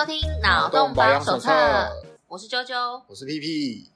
听脑洞保养手册，我是啾啾， 我是屁屁。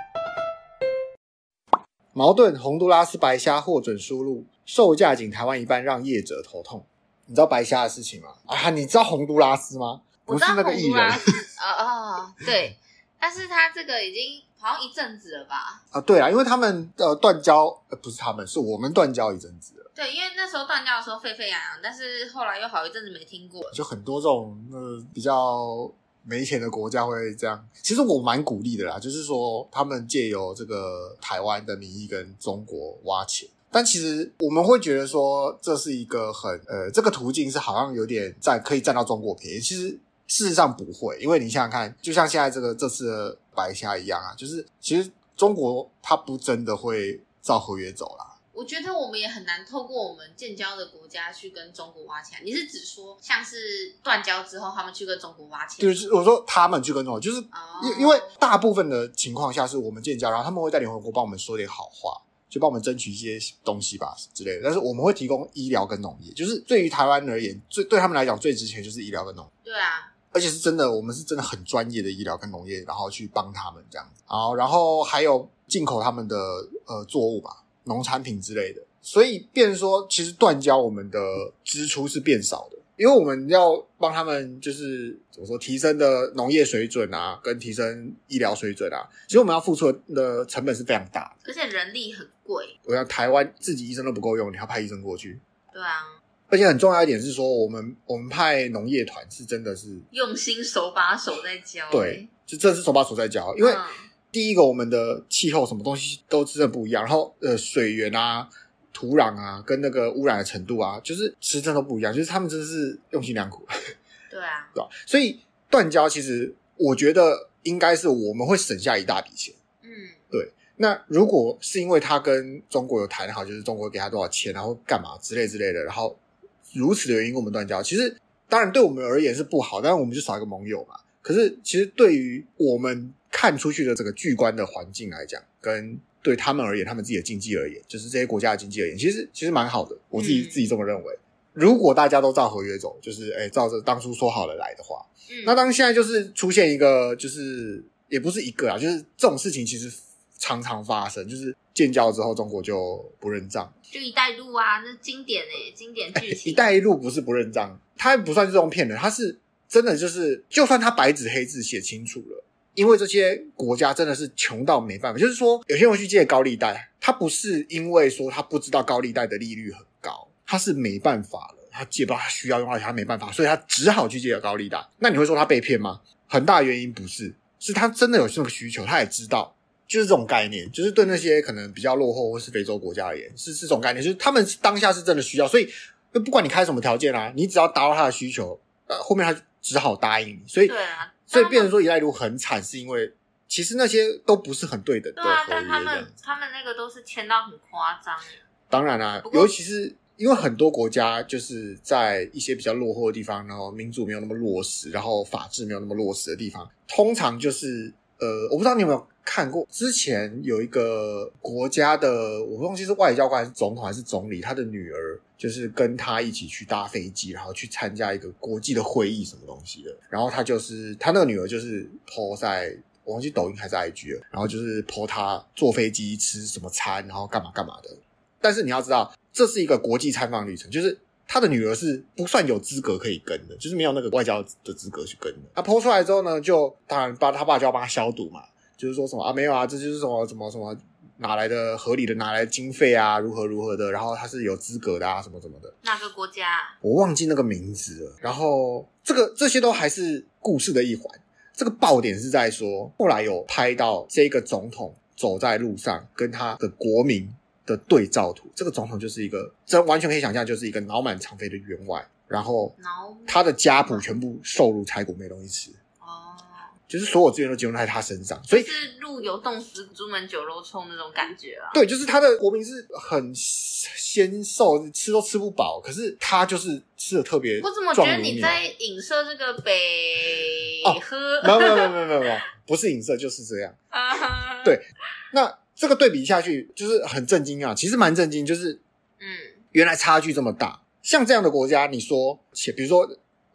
矛盾洪都拉斯白虾获准输入，售价仅台湾一半，让业者头痛。你知道白虾的事情吗？啊，你知道洪都拉斯吗？不是那个艺人。 对，但是他这个已经好像一阵子了吧？ 啊，对啊，因为他们断交，不是他们，是我们断交一阵子了。 对，因为那时候断交的时候沸沸扬扬，但是后来又好一阵子没听过， 就很多这种比较没钱的国家会这样。其实我蛮鼓励的啦，就是说他们借由这个台湾的名义跟中国挖钱。但其实我们会觉得说这是一个很这个途径是好像有点可以占到中国便宜，其实事实上不会，因为你想想看，就像现在这次的白虾一样啊，就是其实中国它不真的会照合约走啦。 我觉得我们也很难透过我们建交的国家去跟中国挖钱。你是指说像是断交之后他们去跟中国挖钱？ 就是我说他们去跟中国，就是因为大部分的情况下是我们建交，然后他们会在联合国帮我们说点好话，就帮我们争取一些东西吧之类的。但是我们会提供医疗跟农业，就是对于台湾而言，对他们来讲最值钱就是医疗跟农业。 对啊， 而且是真的，我们是真的很专业的医疗跟农业，然后去帮他们这样子。然后还有进口他们的作物吧，农产品之类的。所以变成说，其实断交我们的支出是变少的，因为我们要帮他们就是怎么说提升的农业水准啊，跟提升医疗水准啊，其实我们要付出的成本是非常大的， 而且人力很贵。 我想台湾自己医生都不够用，你还要派医生过去。 对啊， 而且很重要一点是说，我们派农业团是真的是用心手把手在教。 对，就真的是手把手在教，因为第一个我们的气候什么东西都真的不一样，然后水源啊、土壤啊跟那个污染的程度啊，就是其实真的都不一样，就是他们真的是用心良苦。 对啊， 对吧？所以断交其实我觉得应该是我们会省下一大笔钱。对。那如果是因为他跟中国有谈好，就是中国给他多少钱，然后干嘛之类的，然后如此的原因跟我们断交，其实当然对我们而言是不好，但是我们就少一个盟友嘛。可是其实对于我们看出去的这个巨观的环境来讲，跟对他们而言，他们自己的经济而言，就是这些国家的经济而言，其实蛮好的。我自己这么认为。如果大家都照合约走，就是照着当初说好的来的话，那当现在就是出现一个，就是也不是一个啊，就是这种事情其实常常发生，就是建交之后中国就不认账， 就一带路啊，那经典经典剧情。 一带一路不是不认账，他不算是这种骗人，他是真的就是就算他白纸黑字写清楚了，因为这些国家真的是穷到没办法，就是说有些人会去借高利贷，他不是因为说他不知道高利贷的利率很高，他是没办法了，他借不到他需要用到钱，他没办法，所以他只好去借高利贷。那你会说他被骗吗？很大原因不是，是他真的有这个需求，他也知道，就是这种概念，就是对那些可能比较落后或是非洲国家而言，是这种概念，就是他们当下是真的需要，所以不管你开什么条件啊，你只要达到他的需求，后面他只好答应你。所以对啊， 所以变成说一带一路很惨，是因为其实那些都不是很对等的合约。 对啊，但他们那个都是签到很夸张。 当然啦，尤其是因为很多国家就是在一些比较落后的地方，然后民主没有那么落实，然后法治没有那么落实的地方，通常就是我不知道你有没有看过，之前有一个国家的，我忘记是外交官还是总统还是总理，他的女儿就是跟他一起去搭飞机，然后去参加一个国际的会议什么东西的，然后他那个女儿就是 po 在我忘记抖音还是 IG 了，然后就是 po 他坐飞机吃什么餐，然后干嘛干嘛的。但是你要知道，这是一个国际参访旅程，就是他的女儿是不算有资格可以跟的，就是没有那个外交的资格去跟的。他 po 出来之后呢，就当然他爸就要帮他消毒嘛，就是说什么没有啊，这就是什么哪来的合理的哪来的经费啊，如何的，然后他是有资格的啊，什么的。 哪个国家啊？ 我忘记那个名字了。然后这些都还是故事的一环。这个爆点是在说，后来有拍到这个总统走在路上跟他的国民的对照图，这个总统就是一个，这完全可以想象就是一个脑满肠肥的员外，然后他的家谱全部受入柴骨没东西吃，就是所有资源都集中在他身上，所以是路有冻死猪门酒肉臭那种感觉啊。 对，就是他的国民是很纤瘦，吃都吃不饱，可是他就是吃的特别。 我怎么觉得你在影射这个北喝？ 没有，不是影射，就是这样。对，那这个对比下去就是很震惊啊，其实蛮震惊，就是原来差距这么大。像这样的国家，你说比如说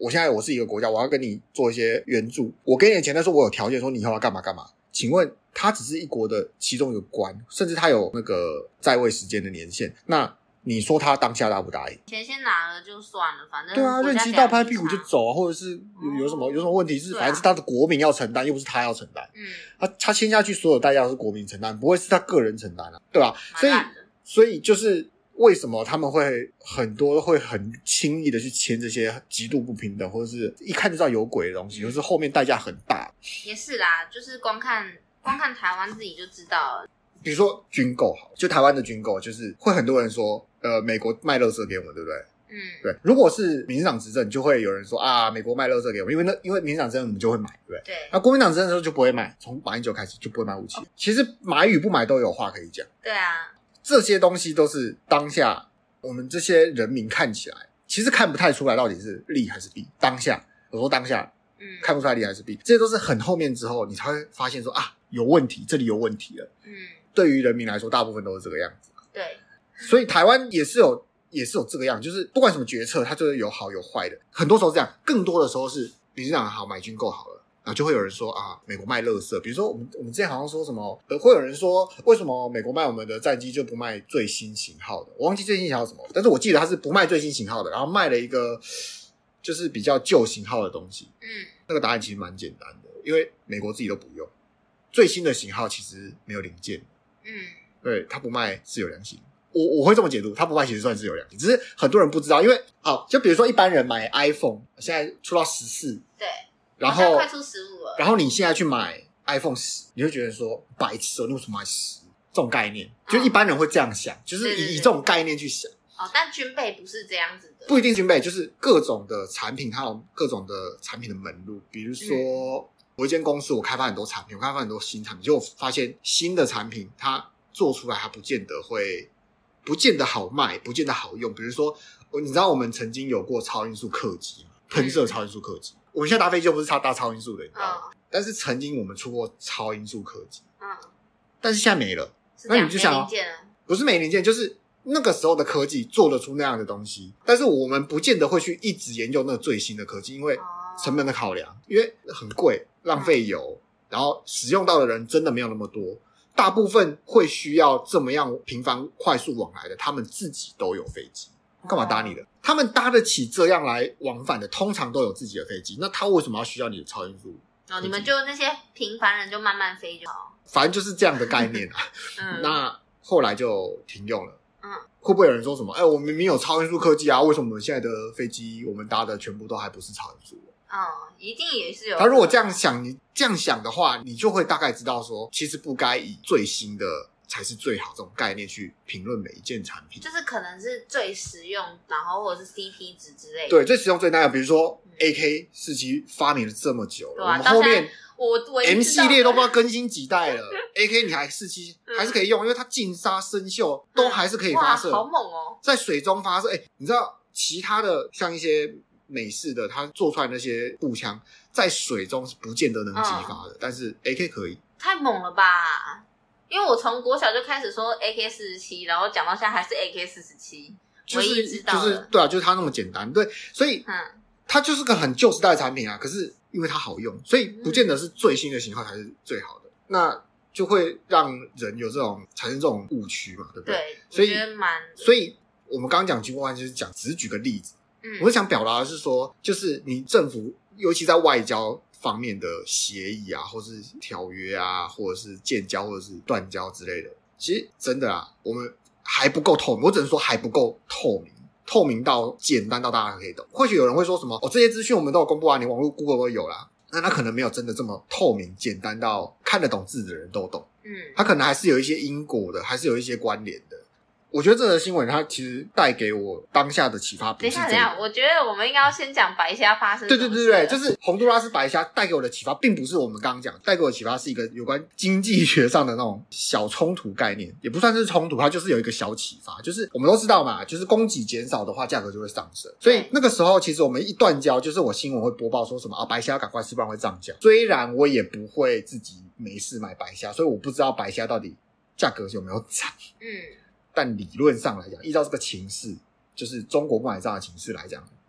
我现在我是一个国家，我要跟你做一些援助，我给你的钱，但是我有条件说你以后要干嘛干嘛。请问他只是一国的其中一个官，甚至他有那个在位时间的年限，那你说他当下答不答应？ 钱先拿了就算了，反正对啊，任期到拍屁股就走啊，或者是有什么问题是，反正是他的国民要承担，又不是他要承担。他签下去所有代价都是国民承担，不会是他个人承担啊，对吧？所以就是为什么他们会很多会很轻易的去签这些极度不平等，或者是一看就知道有鬼的东西，就是后面代价很大。 也是啦，就是光看台湾自己就知道了。 比如说军购好，就台湾的军购，就是会很多人说，美国卖垃圾给我们，对不对？对。如果是民进党执政，就会有人说啊，美国卖垃圾给我们，因为民进党执政，我们就会买，对不对？ 对。 那国民党执政的时候就不会买，从马英九开始就不会买武器。其实买与不买都有话可以讲。 对啊。 这些东西都是当下我们这些人民看起来，其实看不太出来到底是利还是弊。当下，我说当下，看不出来利还是弊，这些都是很后面之后，你才会发现说啊，有问题，这里有问题了。对于人民来说，大部分都是这个样子。 对， 所以台湾也是有这个样，就是不管什么决策，它就是有好有坏的。很多时候是这样，更多的时候是民进党好买军购好了，然后就会有人说啊，美国卖垃圾。比如说我们之前好像说什么，会有人说为什么美国卖我们的战机就不卖最新型号的？我忘记最新型号什么，但是我记得他是不卖最新型号的，然后卖了一个就是比较旧型号的东西。那个答案其实蛮简单的，因为美国自己都不用最新的型号，其实没有零件。对，他不卖自有良心。我会这么解读，他不卖其实算自有良心，只是很多人不知道，因为好，就比如说一般人买 iPhone， 现在出到14， 对， 然后快出15了， 然后你现在去买 iPhone 10，你会觉得说白痴哦，你为什么买10？这种概念，就一般人会这样想，就是以这种概念去想。 但军备不是这样子的， 不一定军备，就是各种的产品，它有各种的产品的门路，比如说。我一间公司，我开发很多产品，我开发很多新产品，结果发现新的产品它做出来，它不见得好卖，不见得好用。比如说，你知道我们曾经有过超音速客机吗？喷射超音速客机，我们现在搭飞机就不是搭超音速的，你知道吗？但是曾经我们出过超音速客机，但是现在没了。那你就想，不是没零件，就是那个时候的科技做得出那样的东西，但是我们不见得会去一直研究那个最新的科技，因为成本的考量，因为很贵，浪费油，然后使用到的人真的没有那么多，大部分会需要这么样频繁快速往来的，他们自己都有飞机，干嘛搭你的？他们搭得起这样来往返的，通常都有自己的飞机，那他为什么要需要你的超音速？ 你们就那些平凡人就慢慢飞就好， 反正就是这样的概念啊。那后来就停用了。会不会有人说什么？我明明有超音速科技啊，为什么我们现在的飞机我们搭的全部都还不是超音速？ 一定也是有。 他如果这样想，你这样想的话，你就会大概知道说，其实不该以最新的才是最好这种概念去评论每一件产品， 就是可能是最实用，然后或者是 CP 值之类的。 对，最实用最大的，比如说 AK-47发明了这么久了， 对啊， 我们后面我 M 系列都不知道更新几代了AK 你还47还是可以用，因为它近杀生锈都还是可以发射， 好猛哦！在水中发射，你知道其他的像一些美式的，它做出来那些步枪在水中是不见得能击发的，但是 AK 可以。 太猛了吧！因为我从国小就开始说 AK-47，然后讲到现在还是 AK-47，唯一知道的就是对啊，就是它那么简单，对，所以它就是个很旧时代的产品啊。可是因为它好用，所以不见得是最新的型号才是最好的，那就会让人有这种产生这种误区嘛，对不对？ 对， 所以我觉得所以我们刚刚讲军工案就是讲，只是举个例子。我是想表达的是说，就是你政府尤其在外交方面的协议啊，或是条约啊，或者是建交或者是断交之类的，其实真的啊，我们还不够透明。我只能说还不够透明到简单到大家可以懂。或许有人会说什么这些资讯我们都有公布啊，你网络 Google 都有啦，那他可能没有真的这么透明简单到看得懂字的人都懂。他可能还是有一些因果的，还是有一些关联的。我觉得这则新闻它其实带给我当下的启发不是这个。 等一下，我觉得我们应该要先讲白虾发生什么事。 对，就是洪都拉斯白虾带给我的启发并不是我们刚刚讲，带给我的启发是一个有关经济学上的那种小冲突概念，也不算是冲突，它就是有一个小启发。就是我们都知道嘛，就是供给减少的话价格就会上升，所以那个时候其实我们一断交，就是我新闻会播报说什么白虾要赶快吃不然会涨价。虽然我也不会自己没事买白虾，所以我不知道白虾到底价格有没有涨。但理论上来讲，依照这个情势，就是中国不买账的情势来讲，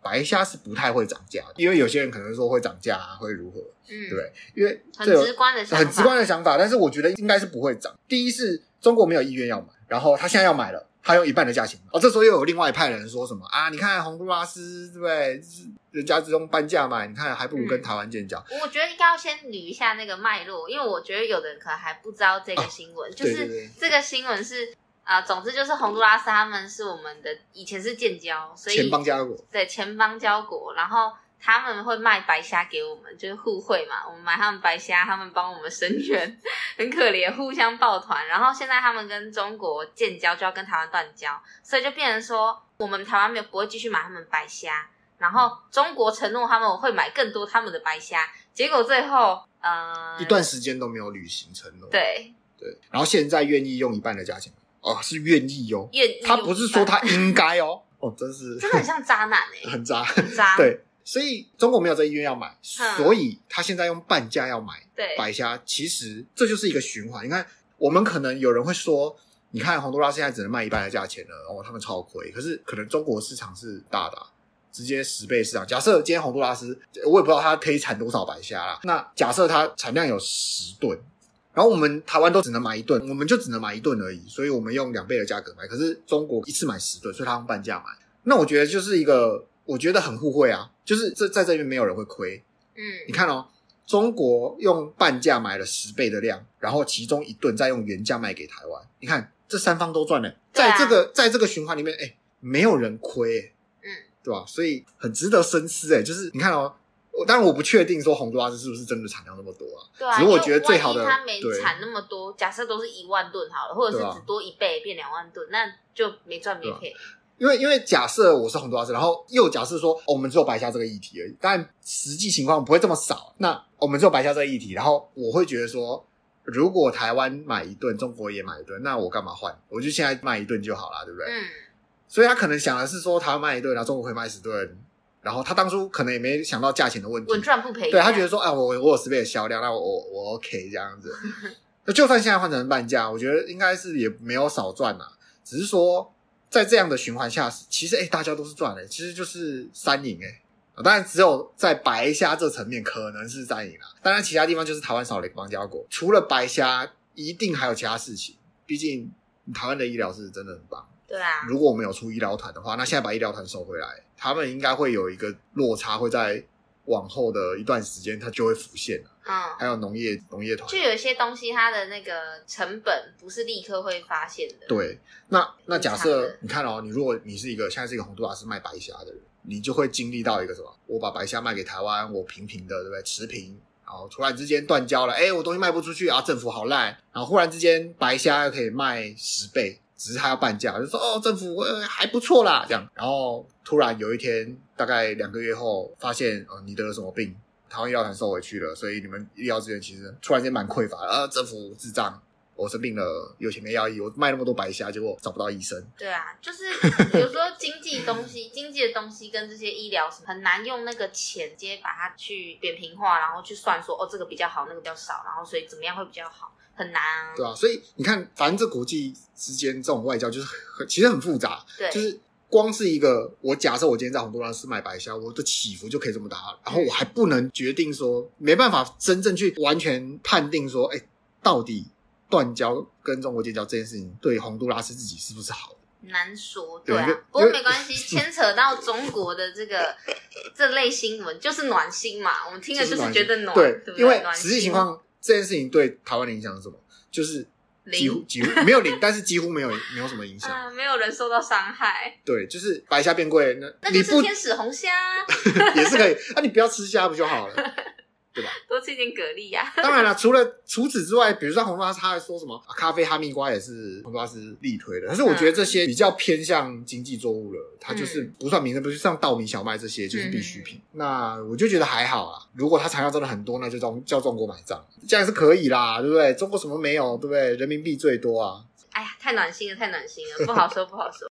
白虾是不太会涨价的，因为有些人可能说会涨价啊，会如何，对不对？因为很直观的想法， 很直观的想法，但是我觉得应该是不会涨。第一是中国没有意愿要买，然后他现在要买了，他用1半的价钱买。这时候又有另外一派人说什么啊？你看洪都拉斯，对不对？人家只用半价买，你看还不如跟台湾建交。 我觉得应该要先捋一下那个脉络，因为我觉得有的人可能还不知道这个新闻，就是这个新闻是。总之就是洪都拉斯他们是我们的以前是建交，所以前邦交国， 对，前邦交国，然后他们会卖白虾给我们，就是互惠嘛，我们买他们白虾，他们帮我们生源，很可怜，互相抱团。然后现在他们跟中国建交就要跟台湾断交，所以就变成说我们台湾不会继续买他们白虾，然后中国承诺他们会买更多他们的白虾，结果最后一段时间都没有履行承诺。 对， 然后现在愿意用1半的价钱。是愿意哦，他不是说他应该哦，真的很像渣男很渣， 很渣。 对，所以中国没有这意愿要买，所以他现在用半价要买白虾，其实这就是一个循环。你看，我们可能有人会说，你看洪都拉斯现在只能卖1半的价钱了，他们超亏。可是可能中国市场是大的直接10倍市场。假设今天洪都拉斯，我也不知道它可以产多少白虾啦，那假设它产量有10吨。然后我们台湾都只能买1吨，我们就只能买1吨而已，所以我们用2倍的价格买。可是中国一次买10吨，所以他用半价买。那我觉得就是一个，我觉得很互惠啊，就是在这边没有人会亏。你看中国用半价买了10倍的量，然后其中1吨再用原价卖给台湾。你看这3方都赚了，在这个循环里面，没有人亏，对吧？所以很值得深思，就是你看当然我不确定说洪都拉斯是不是真的产量那么多对啊， 只是我觉得最好的， 它没产那么多，假设都是1万吨好了，或者是只多1倍变2万吨，那就没赚没赔。 因为假设我是洪都拉斯，然后又假设说我们只有白虾这个议题而已，但实际情况不会这么少。那我们只有白虾这个议题，然后我会觉得说，如果台湾买1吨，中国也买1吨，那我干嘛换？我就现在卖1吨就好了，对不对？所以他可能想的是说，台湾卖1吨，然后中国可以卖10吨。然后他当初可能也没想到价钱的问题， 稳赚不赔。 对，他觉得说，我有10倍的销量，那我 OK 这样子。那就算现在换成半价，我觉得应该是也没有少赚啦。只是说在这样的循环下，其实大家都是赚其实就是3赢当然只有在白虾这层面可能是3赢啦，当然其他地方就是台湾少了一个邦交国，除了白虾，一定还有其他事情。毕竟台湾的医疗是真的很棒。 对啊， 如果我们有出医疗团的话，那现在把医疗团收回来，他们应该会有一个落差，会在往后的一段时间它就会浮现了。还有农业团， 就有一些东西它的那个成本不是立刻会发现的。 对，那假设你看你如果你是现在是一个洪都拉斯卖白虾的人，你就会经历到一个什么？我把白虾卖给台湾，我平平的，对不对？持平。然后突然之间断交了，我东西卖不出去啊，政府好烂。然后忽然之间白虾又可以卖10倍。只是他要半价，就说政府还不错啦这样。然后突然有一天大概2个月后发现你得了什么病，台湾医疗团收回去了，所以你们医疗资源其实突然间蛮匮乏的。政府智障，我生病了有钱没药医，我卖那么多白虾结果找不到医生。 对啊，就是有时候经济的东西跟这些医疗很难用那个钱直接把它去扁平化，然后去算说这个比较好那个比较少，然后所以怎么样会比较好，很难啊。 对啊，所以你看反正这国际之间这种外交就是其实很复杂。 对， 就是光是一个我假设我今天在洪都拉斯卖白虾，我的起伏就可以这么大，然后我还不能决定说没办法真正去完全判定说到底断交跟中国建交这件事情对洪都拉斯自己是不是好的， 难说。对啊，不过没关系，牵扯到中国的这类新闻就是暖心嘛，我们听了就是觉得暖。 对， 对不对？ 因为实际情况这件事情对台湾的影响是什么？就是几乎没有0，但是几乎没有什么影响， 没有人受到伤害。 对，就是白虾变贵， 那就是天使红虾也是可以。你不要吃虾不就好了？对吧？ 多吃一点蛤蜊啊。 当然了，除此之外，比如说洪都拉斯他还说什么咖啡哈密瓜也是洪都拉斯力推的，可是我觉得这些比较偏向经济作物了，它就是不算民生，不是像稻米小麦这些就是必需品。那我就觉得还好啦，如果它产量真的很多，那就叫中国买账，这样是可以啦，对不对？中国什么没有，对不对？人民币最多啊。 哎呀，太暖心了，不好说不好说。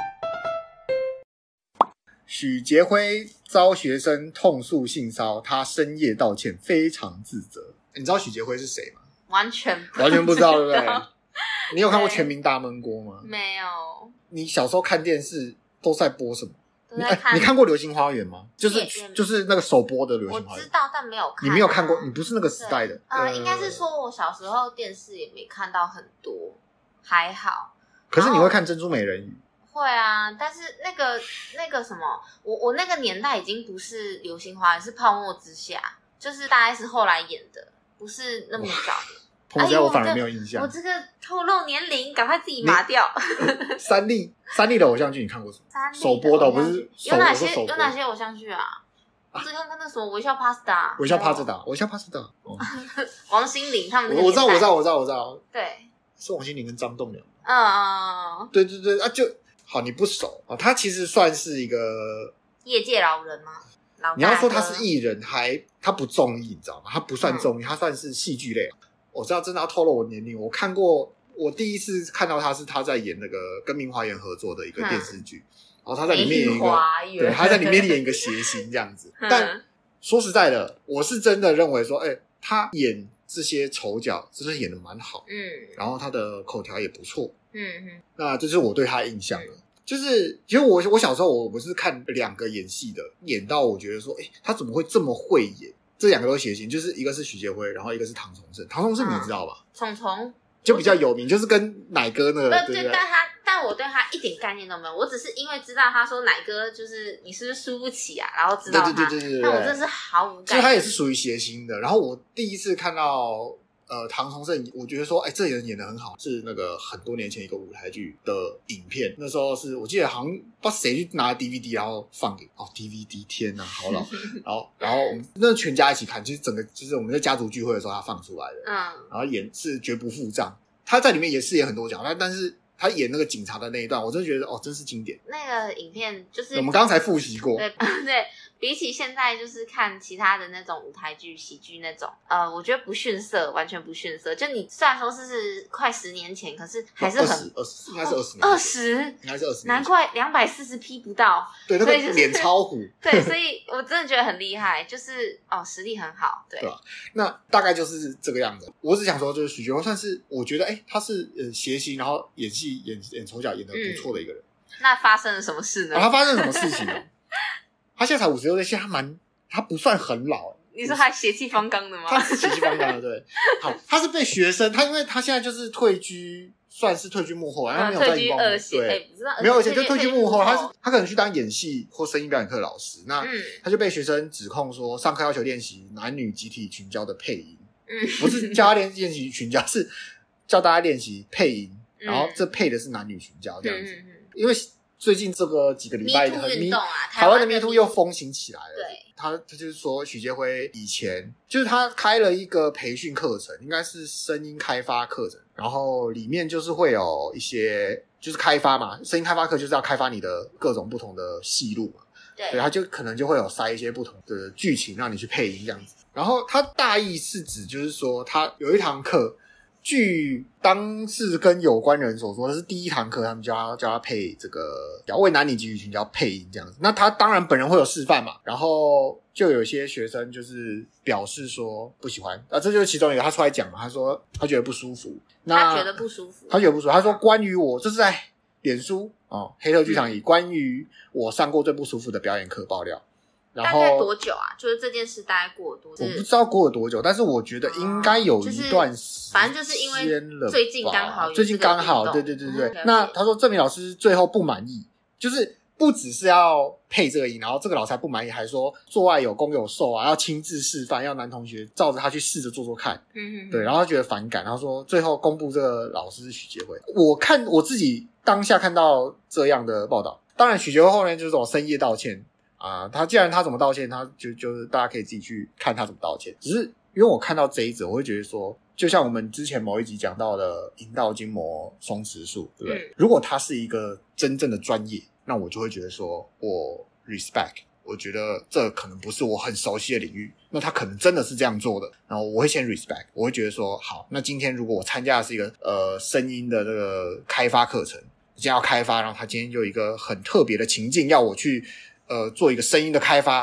许杰辉遭学生痛诉性骚扰，他深夜道歉，非常自责。你知道许杰辉是谁吗？ 完全不知道，对不对？你有看过《全民大闷锅》吗？ 没有。 你小时候看电视都在播什么？ 你看过《流星花园》吗？就是那个首播的《流星花园》。 我知道，但没有看。 你没有看过，你不是那个时代的。 应该是说我小时候电视也没看到很多，还好。 可是你会看《珍珠美人鱼》？ 会啊，但是那个什么，我那个年代已经不是《流星花园》，是《泡沫之夏》，就是大概是后来演的，不是那么早的。 泡沫之夏我反而没有印象。 我这个透露年龄，赶快自己麻掉。 三立的偶像剧你看过什么？首播的不是有哪些偶像剧啊？我只看过那什么微笑 Pasta， 微笑 Pasta。 王心凌他们那个我知道。 对，是王心凌跟张栋梁。 对啊，就好，你不熟啊？他其实算是一个业界老人吗？ 你要说他是艺人，他不综艺，你知道吗？他不算综艺，他算是戏剧类。我知道，真的要透露我年龄。我看过，我第一次看到他是他在演那个跟明华园合作的一个电视剧，然后他在里面演一个，对，他在里面演一个谐星这样子。但说实在的，我是真的认为说，他演这些丑角真的演得蛮好，然后他的口条也不错，那这就是我对他的印象了。就是其实我小时候我不是看两个演戏的，演到我觉得说，他怎么会这么会演？这两个都谐星，就是一个是许杰辉，然后一个是唐崇盛。唐崇盛你知道吧？ 虫就比较有名，就是跟奶哥那个，对， 但我对他一点概念都没有，我只是因为知道他说奶哥就是你是不是输不起啊，然后知道他， 对， 但我真是毫无概念。 就他也是属于谐星的。然后我第一次看到唐崇盛，我觉得说，这人演得很好，是那个很多年前一个舞台剧的影片。那时候是我记得好像不知道谁去拿 DVD， 然后放给DVD， 天哪，好老。然后我们那全家一起看，就是整个就是我们在家族聚会的时候他放出来的。然后演是绝不付账，他在里面也饰演很多角，但是他演那个警察的那一段，我真的觉得真是经典。 那个影片就是我们刚才复习过， 对，比起现在就是看其他的那种舞台剧、喜剧那种，我觉得不逊色，完全不逊色。就你虽然说是快10年前，可是还是很 20应该是20年，应该是20年， 难怪240P 不到， 对，那个脸超糊， 对，所以我真的觉得很厉害，就是实力很好，对吧？那大概就是这个样子。我只想说，就是许杰辉算是我觉得，他是谐星，然后演戏演丑角演得不错的一个人。 那发生了什么事呢？ 他发生了什么事情呢？他现在才56岁，现在他不算很老。 你说他血气方刚的吗？ 他是血气方刚的，对。好，他是被学生，因为他现在就是退居，算是退居幕后，他没有在荧光幕，对，没有，而且就退居幕后。他可能去当演戏或声音表演课老师，那他就被学生指控说，上课要求练习男女集体群交的配音，不是教他练习群交，是叫大家练习配音，然后这配的是男女群交这样子，因为。最近这个几个礼拜台湾的 MeToo 又风行起来了。 对， 他就是说许杰辉以前就是他开了一个培训课程，应该是声音开发课程，然后里面就是会有一些就是开发嘛，声音开发课就是要开发你的各种不同的戏路嘛。对，他就可能就会有塞一些不同的剧情让你去配音这样子。然后他大意是指就是说他有一堂课。据当事跟有关人所说，这是第一堂课，他们叫他配这个要为男女集体群交配音这样子。那他当然本人会有示范嘛，然后就有些学生就是表示说不喜欢，这就是其中一个他出来讲嘛，他说他觉得不舒服。 他觉得不舒服， 他说关于我这是在脸书黑特剧场里关于我上过最不舒服的表演课爆料。然后大概多久啊？就是这件事大概过了多久？ 我不知道过了多久，但是我觉得应该有一段时间了吧， 反正就是因为最近刚好， 对。那他说郑明老师最后不满意，就是不只是要配这个音，然后这个老师还不满意，还说做爱有攻有受啊，要亲自示范，要男同学照着他去试着做看。对，然后他觉得反感，然后说最后公布这个老师是许杰辉。我自己当下看到这样的报道，当然许杰辉后面就是这种深夜道歉。他既然他怎么道歉，他就是大家可以自己去看他怎么道歉。只是因为我看到这一则，我会觉得说，就像我们之前某一集讲到的阴道筋膜松弛术，对不对？如果他是一个真正的专业，那我就会觉得说我 respect， 我觉得这可能不是我很熟悉的领域，那他可能真的是这样做的，然后我会先 respect， 我会觉得说好，那今天如果我参加的是一个声音的这个开发课程，今天要开发，然后他今天就有一个很特别的情境要我去做一个声音的开发，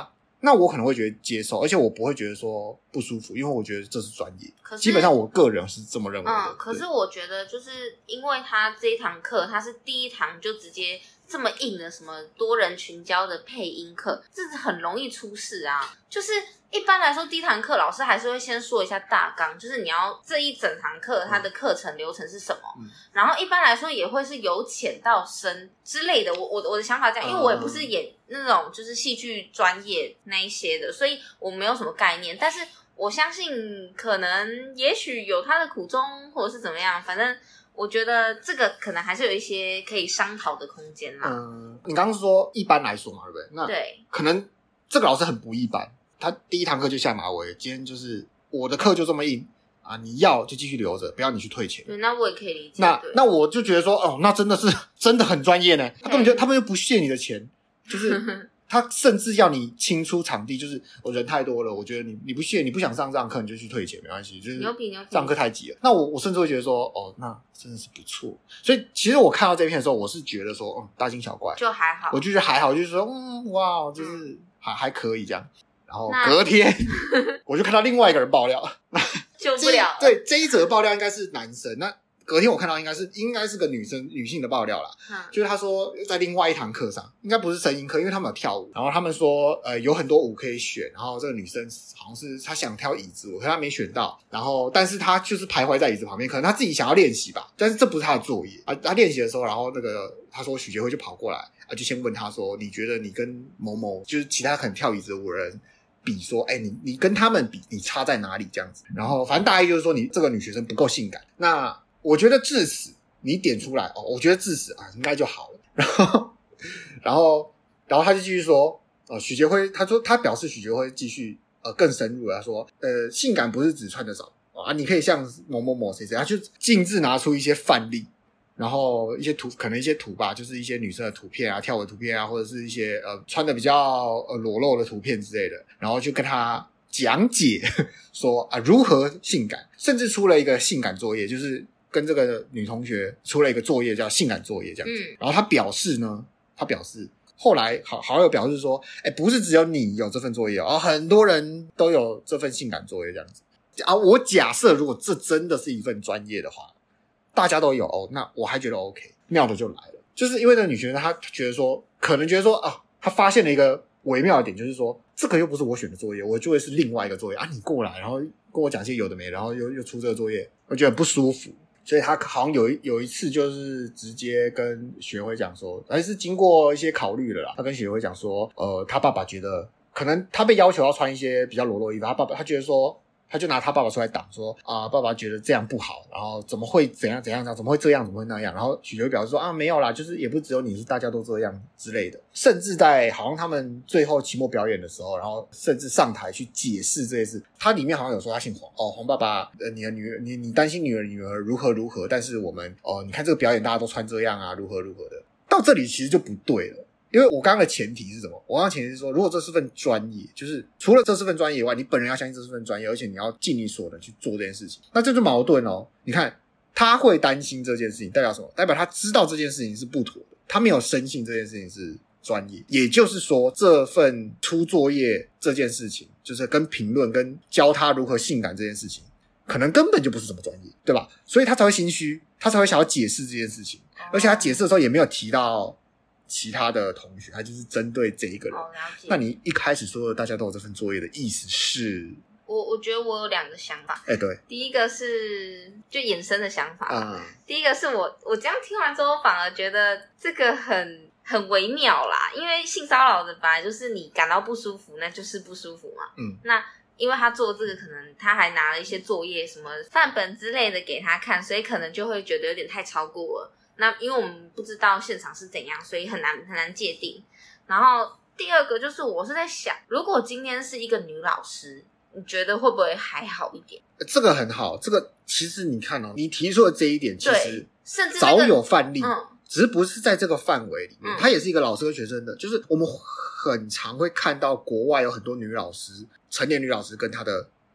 那我可能会觉得接受，而且我不会觉得说不舒服，因为我觉得这是专业。 可是基本上我个人是这么认为的。 可是我觉得就是因为他这一堂课，他是第一堂就直接这么硬的什么多人群交的配音课，这是很容易出事啊。就是一般来说，第一堂课老师还是会先说一下大纲，就是你要这一整堂课它的课程流程是什么，然后一般来说也会是由浅到深之类的。我的想法这样，因为我也不是演那种就是戏剧专业那一些的，所以我没有什么概念，但是我相信可能也许有他的苦衷或者是怎么样，反正我觉得这个可能还是有一些可以商讨的空间啦。 你刚刚说一般来说嘛，对不对？那对， 可能这个老师很不一般，他第一堂课就下马威，今天就是我的课就这么硬啊，你要就继续留着，不要你去退钱。 对，那我也可以理解。 那我就觉得说，哦，那真的是真的很专业呢。他们就不屑你的钱，就是他甚至要你清出场地，就是我人太多了，我觉得你不屑，你不想上这堂课，你就去退钱，没关系，就是这堂课太挤了。那我甚至会觉得说，哦，那真的是不错。所以其实我看到这篇的时候，我是觉得说，大惊小怪， 就还好， 我就觉得还好，就是说，哇，就是还可以这样。然后隔天我就看到另外一个人爆料， 救不了。 对，这一则爆料应该是男生，那隔天我看到应该是个女性的爆料啦，就是他说在另外一堂课上，应该不是声音课，因为他们有跳舞，然后他们说有很多舞可以选，然后这个女生好像是她想挑椅子舞，可是她没选到，然后但是她就是徘徊在椅子旁边，可能她自己想要练习吧，但是这不是她的作业啊。她练习的时候，然后那个她说许杰辉就跑过来啊，就先问她说，你觉得你跟某某就是其他可能跳椅子的舞人比说，你跟他们比，你差在哪里这样子？然后反正大意就是说，你这个女学生不够性感。那我觉得致死你点出来我觉得致死应该就好了。然后他就继续说，许杰辉他表示许杰辉继续更深入了，他说性感不是只穿得少你可以像某某某谁谁，他就径自拿出一些范例。然后一些可能一些图吧，就是一些女生的图片啊，跳舞的图片啊，或者是一些穿的比较裸露的图片之类的，然后就跟他讲解说如何性感，甚至出了一个性感作业，就是跟这个女同学出了一个作业叫性感作业这样子。然后他表示后来好友表示说，不是只有你有这份作业很多人都有这份性感作业这样子我假设如果这真的是一份专业的话，大家都有那我还觉得 OK， 妙的就来了，就是因为那个女学生她觉得说，可能觉得说她发现了一个微妙的点，就是说这个又不是我选的作业，我就会是另外一个作业你过来然后跟我讲些有的没，然后又出这个作业，我觉得很不舒服。所以她好像有一次就是直接跟学辉讲说，还是经过一些考虑了啦，她跟学辉讲说她爸爸觉得可能她被要求要穿一些比较裸露的衣服，她觉得说，他就拿他爸爸出来挡说爸爸觉得这样不好，然后怎么会怎样怎样怎么会这样怎么会那样，然后许杰辉表示说没有啦，就是也不只有你，是大家都这样之类的。甚至在好像他们最后期末表演的时候，然后甚至上台去解释这件事，他里面好像有说他姓黄黄爸爸你的女儿你担心女儿如何如何，但是我们你看这个表演大家都穿这样如何如何的，到这里其实就不对了。因为我刚刚的前提是什么？我刚刚前提是说，如果这是份专业，就是除了这是份专业以外，你本人要相信这是份专业，而且你要尽你所能去做这件事情，那这就矛盾你看他会担心这件事情，代表什么？代表他知道这件事情是不妥的，他没有深信这件事情是专业，也就是说这份出作业这件事情，就是跟评论跟教他如何性感这件事情，可能根本就不是什么专业，对吧？所以他才会心虚，他才会想要解释这件事情，而且他解释的时候也没有提到其他的同学，他就是针对这一个人。 了解。 那你一开始说的大家都有这份作业的意思是？ 我觉得我有两个想法。 对。 第一个是就衍生的想法。第一个是我这样听完之后，反而觉得这个很微妙啦，因为性骚扰的本来就是你感到不舒服，那就是不舒服嘛。那因为他做这个，可能他还拿了一些作业什么范本之类的给他看，所以可能就会觉得有点太超过了。那因为我们不知道现场是怎样，所以很难界定。然后第二个就是我是在想，如果今天是一个女老师，你觉得会不会还好一点？这个很好，这个其实你看你提出的这一点其实甚至早有范例，只是不是在这个范围里面。他也是一个老师和学生的，就是我们很常会看到国外有很多女老师，成年女老师跟她的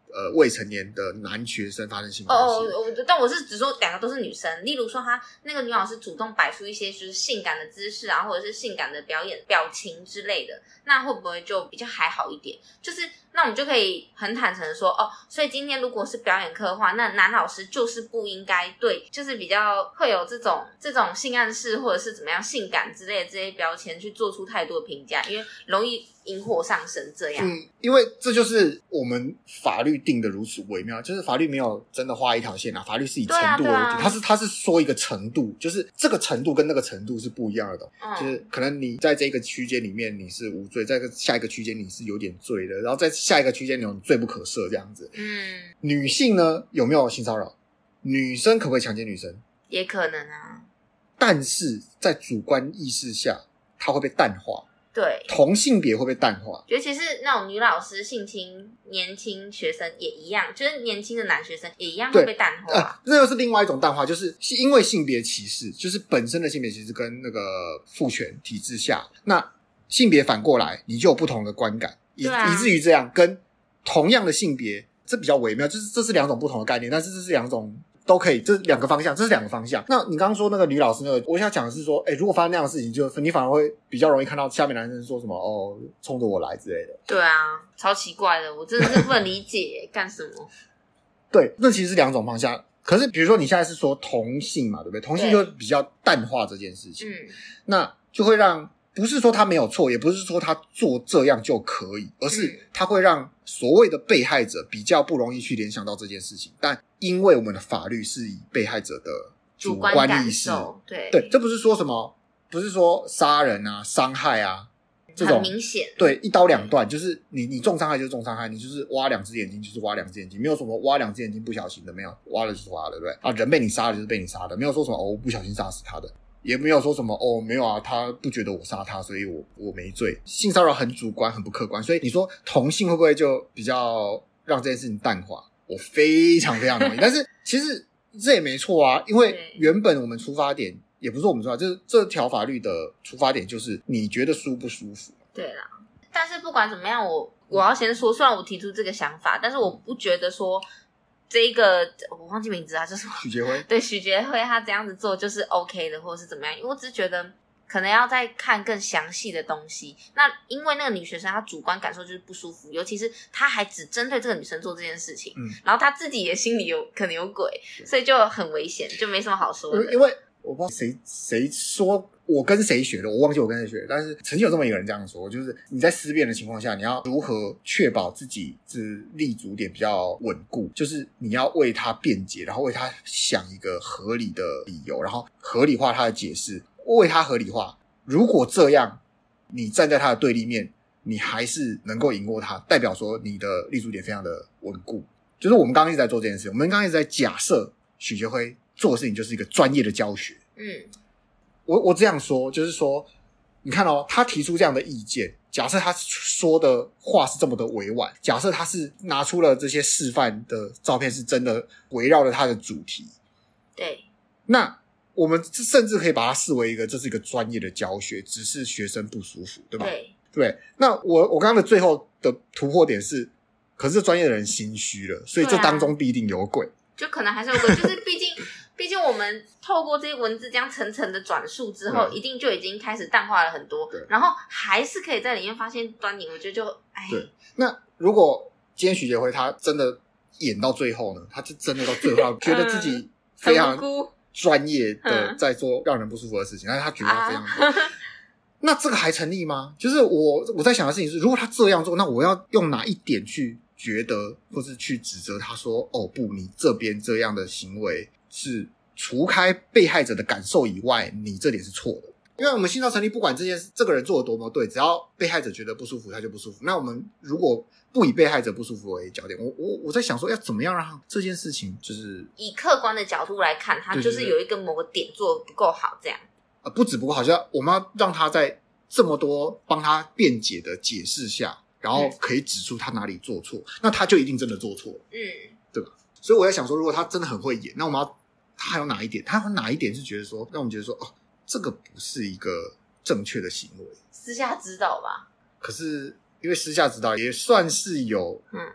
未成年的男学生发生性关系。 但我是只说两个都是女生，例如说她那个女老师主动摆出一些就是性感的姿势啊，或者是性感的表演表情之类的，那会不会就比较还好一点？就是那我们就可以很坦诚的说，所以今天如果是表演课的话，那男老师就是不应该对，就是比较会有这种性暗示或者是怎么样性感之类的这些标签去做出太多的评价，因为容易引火上身这样。 因为这就是我们法律定的如此微妙，就是法律没有真的画一条线啊，法律是以程度为定，它是说一个程度，就是这个程度跟那个程度是不一样的就是可能你在这个区间里面你是无罪，在下一个区间你是有点罪的，然后在下一个区间你罪不可赦这样子。女性呢有没有性骚扰？女生可不可以强奸女生？也可能啊， 但是在主观意识下它会被淡化。 对， 同性别会被淡化， 尤其是那种女老师性侵年轻学生也一样，就是年轻的男学生也一样会被淡化。 那又是另外一种淡化，就是因为性别歧视，就是本身的性别歧视跟那个父权体制下，那性别反过来你就有不同的观感，以至于这样跟同样的性别，这比较微妙，就是这是两种不同的概念，但是这是两种都可以，这是两个方向，这是两个方向。那你刚刚说那个女老师那个，我想讲的是说，如果发生那样的事情，就你反而会比较容易看到下面男生说什么冲着我来之类的。 对啊，超奇怪的，我真的是不能理解干什么。 对，那其实是两种方向。可是比如说你现在是说同性嘛，对不对？同性就比较淡化这件事情，那就会让不是说他没有错，也不是说他做这样就可以，而是他会让所谓的被害者比较不容易去联想到这件事情。但因为我们的法律是以被害者的主观意识，对，这不是说什么，不是说杀人啊、伤害啊这种很明显， 对，一刀两断，就是你重伤害就是重伤害，你就是挖两只眼睛就是挖两只眼睛，没有什么挖两只眼睛不小心的，没有，挖了就是挖了，对不对？啊，人被你杀了就是被你杀的，没有说什么我不小心杀死他的。也没有说什么没有啊，他不觉得我杀他，所以我没罪。性骚扰很主观很不客观，所以你说同性会不会就比较让这件事情淡化？我非常非常同意。但是其实这也没错啊，因为原本我们出发点也不是说我们出发，就是这条法律的出发点就是你觉得舒不舒服。 对啦，但是不管怎么样，我要先说，虽然我提出这个想法，但是我不觉得说这一个我忘记名字啊，就是许杰辉， 对，许杰辉他这样子做就是 OK 的，或者是怎么样？因为我只是觉得可能要再看更详细的东西。那因为那个女学生她主观感受就是不舒服，尤其是她还只针对这个女生做这件事情，然后她自己也心里可能有鬼，所以就很危险，就没什么好说的。 因为我不知道谁说我跟谁学的，我忘记我跟谁学的，但是曾经有这么一个人这样说，就是你在思辨的情况下，你要如何确保自己是立足点比较稳固，就是你要为他辩解，然后为他想一个合理的理由，然后合理化他的解释，为他合理化。如果这样你站在他的对立面，你还是能够赢过他，代表说你的立足点非常的稳固。就是我们刚刚一直在做这件事，我们刚刚一直在假设许杰辉做的事情就是一个专业的教学。我这样说就是说，你看他提出这样的意见，假设他说的话是这么的委婉，假设他是拿出了这些示范的照片是真的围绕着他的主题， 对， 那我们甚至可以把它视为这是一个专业的教学，只是学生不舒服，对吧？对，那我刚刚的最后的突破点是，可是专业的人心虚了，所以这当中必定有鬼， 就可能还是有鬼，就是毕竟我们透过这些文字这样层层的转述之后，一定就已经开始淡化了很多，然后还是可以在里面发现端倪，我觉得就对。那如果今天许杰辉他真的演到最后呢，他就真的到最后觉得自己非常专业的在做让人不舒服的事情，但是他觉得他非常那这个还成立吗？就是我在想的事情是，如果他这样做，那我要用哪一点去觉得或是去指责他说不，你这边这样的行为是除开被害者的感受以外，你这点是错的。因为我们性骚扰成立，不管这个人做的多么对，只要被害者觉得不舒服，他就不舒服。那我们如果不以被害者不舒服为焦点，我在想说要怎么样让这件事情就是以客观的角度来看，他就是有一个某个点做得不够好这样。 不止不够好，像我们要让他在这么多帮他辩解的解释下，然后可以指出他哪里做错，那他就一定真的做错了，对吧？所以我在想说，如果他真的很会演，那我们他还有哪一点？他有哪一点是觉得说让我们觉得说这个不是一个正确的行为？ 私下指导吧。 可是因为私下指导也算是有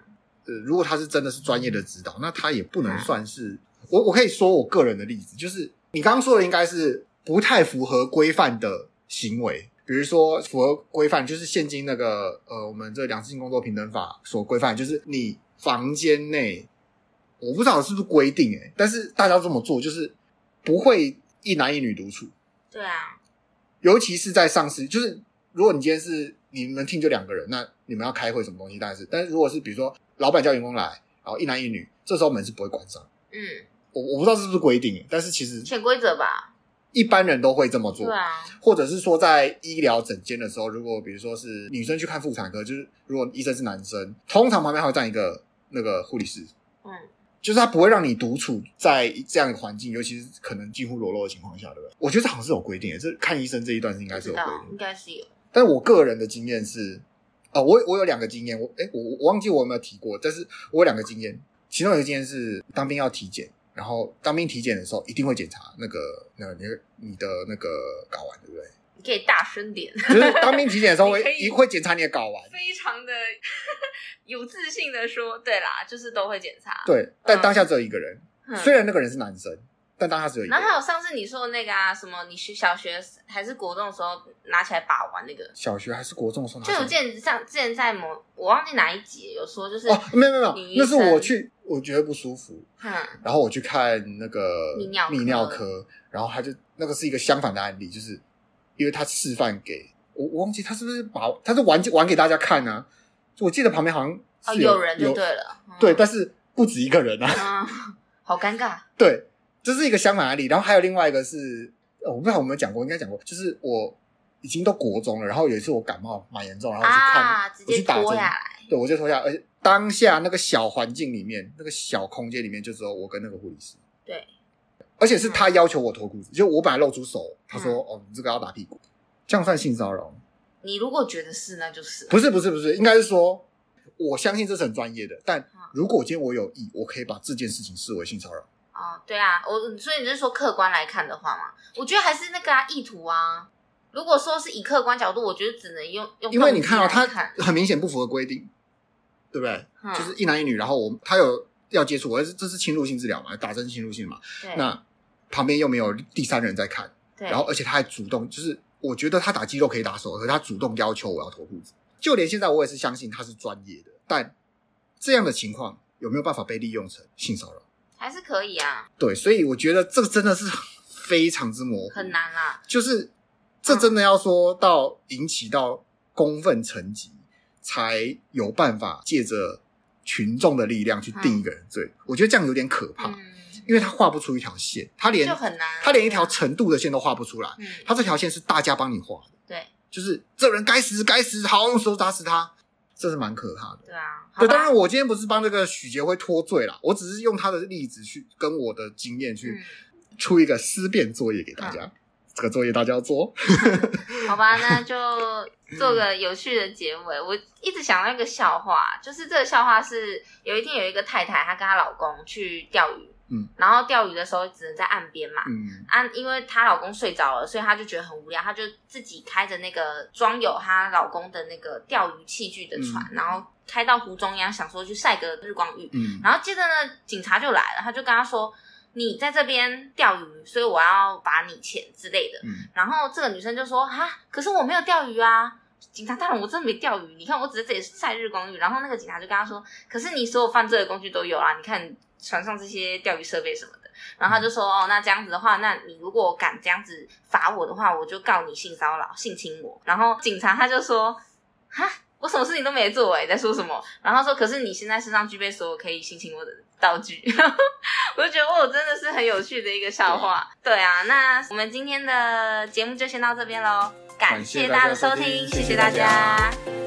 如果他是真的是专业的指导，那他也不能算是我可以说我个人的例子，就是你刚刚说的应该是不太符合规范的行为，比如说符合规范就是现今那个我们这两性工作平等法所规范，就是你房间内我不知道是不是规定但是大家这么做就是不会一男一女独处。 对啊， 尤其是在上司，就是如果你今天是你们team就2个人，那你们要开会什么东西当然是，但是如果是比如说老板叫员工来，然后一男一女，这时候门是不会关上。我不知道是不是规定，但是其实潜规则吧， 一般人都会这么做。 对啊， 或者是说在医疗诊间的时候，如果比如说是女生去看妇产科，就是如果医生是男生，通常旁边还会站一个那个护理师，就是他不会让你独处在这样的环境，尤其是可能近乎裸露的情况下，对不对？我觉得这好像是有规定的，这看医生这一段是应该是有规定， 应该是有。 但是我个人的经验是，我有2个经验，我忘记我有没有提过，但是我有2个经验，其中有一个经验是当兵要体检，然后当兵体检的时候一定会检查你的那个睾丸，对不对？ 你可以大声点， 就是当兵体检的时候会检查你的睾丸， 非常的有自信的说，对啦，就是都会检查。 对，但当下只有一个人，虽然那个人是男生，但当下只有一个人。 然后还有上次你说的那个什么你小学还是国中的时候拿起来把玩那个， 小学还是国中的时候拿起来， 就有之前在我忘记哪一集有说，就是没有，那是我觉得不舒服，然后我去看那个泌尿科，然后他就那个是一个相反的案例，就是因为他示范给我忘记他是不是他是玩给大家看啊，我记得旁边好像是有人就对了， 对，但是不止一个人啊， 好尴尬。 对，这是一个相反案例。然后还有另外一个是我不知道我们有讲过，应该讲过，就是我已经都国中了，然后有一次我感冒蛮严重，然后我去看， 直接脱下来， 对，我就脱下来，而且当下那个小环境里面，那个小空间里面就只有我跟那个护理师， 对， 而且是他要求我脱裤子，就我本来露出手，他说你这个要打屁股，这样算性骚扰？ 你如果觉得是，那就是不是，应该是说我相信这是很专业的，但如果今天我有意，我可以把这件事情视为性骚扰。 对啊，所以你是说客观来看的话嘛？我觉得还是那个意图啊。如果说是以客观角度，我觉得只能用因为你看到他很明显不符合规定，对不对？就是一男一女，然后他有要接触我，这是侵入性治疗嘛，打针侵入性嘛。那旁边又没有第三人在看，然后而且他还主动，就是我觉得他打肌肉可以打手，可是他主动要求我要脱裤子。就连现在我也是相信他是专业的，但这样的情况有没有办法被利用成性骚扰？ 还是可以啊。 对，所以我觉得这个真的是非常之模糊， 很难啦。 就是这真的要说到引起到公愤成疾，才有办法借着群众的力量去定一个人罪。我觉得这样有点可怕，因为他画不出一条线，他连一条程度的线都画不出来。他这条线是大家帮你画的， 对， 就是这人该死，好，用手打死他。这是蛮可怕的。 对啊， 对，当然我今天不是帮这个许杰辉脱罪啦，我只是用他的例子去跟我的经验去出一个思辨作业给大家。这个作业大家要做。 好吧，那就做个有趣的结尾。我一直想到一个笑话，就是这个笑话是有一天有一个太太，她跟她老公去钓鱼。然后钓鱼的时候只能在岸边嘛，因为她老公睡着了，所以她就觉得很无聊，她就自己开着那个装有她老公的那个钓鱼器具的船，然后开到湖中央，想说去晒个日光浴。然后接着呢，警察就来了，他就跟她说：“你在这边钓鱼，所以我要罚你钱之类的。”然后这个女生就说：“哈，可是我没有钓鱼啊。”警察大人，我真的没钓鱼，你看我只是在这里晒日光浴。然后那个警察就跟他说：“可是你所有犯罪的工具都有啦，你看船上这些钓鱼设备什么的。”然后他就说：“那这样子的话，那你如果敢这样子罚我的话，我就告你性骚扰、性侵我。”然后警察他就说：“哈，我什么事情都没做你在说什么？”然后他说：“可是你现在身上具备所有可以性侵我的道具。”我就觉得真的是很有趣的一个笑话。对啊，那我们今天的节目就先到这边咯，感谢大家的收听，谢谢大家。